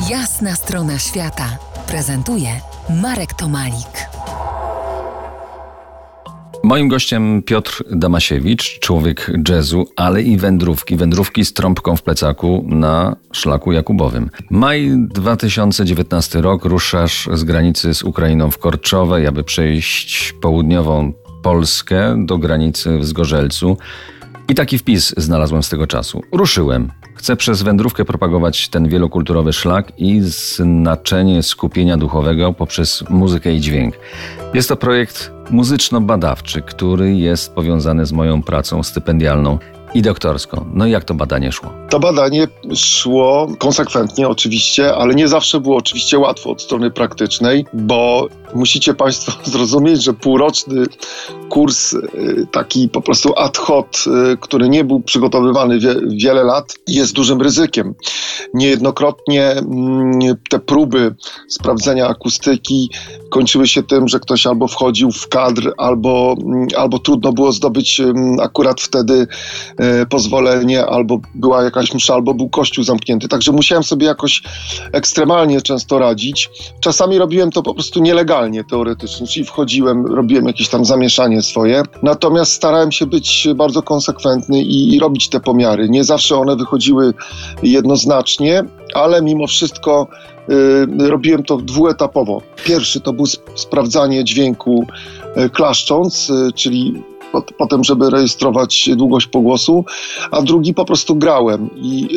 Jasna strona świata prezentuje Marek Tomalik. Moim gościem Piotr Damasiewicz, człowiek jazzu, ale i wędrówki z trąbką w plecaku na szlaku jakubowym. Maj 2019 rok, ruszasz z granicy z Ukrainą w Korczowej, aby przejść południową Polskę do granicy w Zgorzelcu. I taki wpis znalazłem z tego czasu. Ruszyłem. Chcę przez wędrówkę propagować ten wielokulturowy szlak i znaczenie skupienia duchowego poprzez muzykę i dźwięk. Jest to projekt muzyczno-badawczy, który jest powiązany z moją pracą stypendialną i doktorską. No i jak to badanie szło? To badanie szło konsekwentnie oczywiście, ale nie zawsze było oczywiście łatwo od strony praktycznej, bo musicie Państwo zrozumieć, że półroczny kurs taki po prostu ad hoc, który nie był przygotowywany wiele lat, jest dużym ryzykiem. Niejednokrotnie te próby sprawdzenia akustyki kończyły się tym, że ktoś albo wchodził w kadr, albo trudno było zdobyć akurat wtedy pozwolenie, albo była jakaś msza, albo był kościół zamknięty. Także musiałem sobie jakoś ekstremalnie często radzić. Czasami robiłem to po prostu nielegalnie, teoretycznie, czyli wchodziłem, robiłem jakieś tam zamieszanie swoje. Natomiast starałem się być bardzo konsekwentny i robić te pomiary. Nie zawsze one wychodziły jednoznacznie, ale mimo wszystko robiłem to dwuetapowo. Pierwszy to był sprawdzanie dźwięku klaszcząc, czyli potem, żeby rejestrować długość pogłosu, a drugi po prostu grałem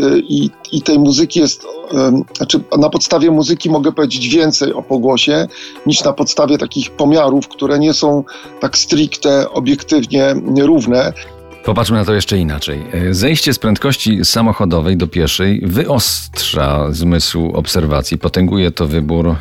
i tej muzyki jest, znaczy na podstawie muzyki mogę powiedzieć więcej o pogłosie niż na podstawie takich pomiarów, które nie są tak stricte, obiektywnie równe. Popatrzmy na to jeszcze inaczej. Zejście z prędkości samochodowej do pieszej wyostrza zmysł obserwacji, potęguje to wybór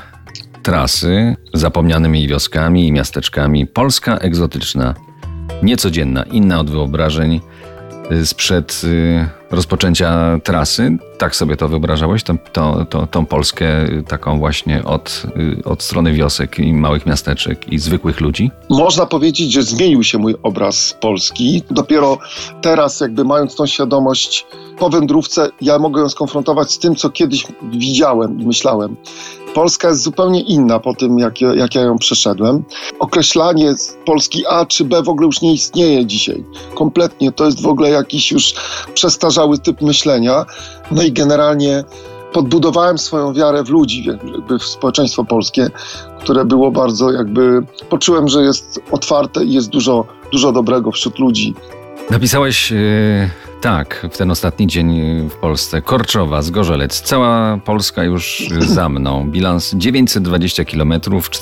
trasy zapomnianymi wioskami i miasteczkami. Polska egzotyczna, niecodzienna, inna od wyobrażeń sprzed rozpoczęcia trasy. Tak sobie to wyobrażałeś? Tą Polskę taką właśnie od strony wiosek i małych miasteczek i zwykłych ludzi? Można powiedzieć, że zmienił się mój obraz Polski. Dopiero teraz, jakby mając tą świadomość po wędrówce, ja mogę ją skonfrontować z tym, co kiedyś widziałem i myślałem. Polska jest zupełnie inna po tym, jak ja ją przeszedłem. Określanie Polski A czy B w ogóle już nie istnieje dzisiaj. Kompletnie. To jest w ogóle jakiś już przestarzały typ myślenia. No i generalnie podbudowałem swoją wiarę w ludzi, jakby w społeczeństwo polskie, które było bardzo poczułem, że jest otwarte i jest dużo dobrego wśród ludzi. Napisałeś tak, w ten ostatni dzień w Polsce. Korczowa, Zgorzelec, cała Polska już za mną. Bilans 920 km,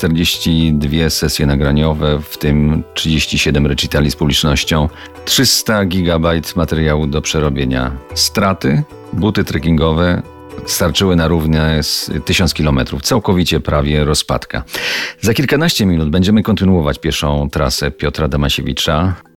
42 sesje nagraniowe, w tym 37 recitali z publicznością, 300 gigabajt materiału do przerobienia. Straty, buty trekkingowe starczyły na równe 1000 kilometrów. Całkowicie prawie rozpadka. Za kilkanaście minut będziemy kontynuować pieszą trasę Piotra Damasiewicza.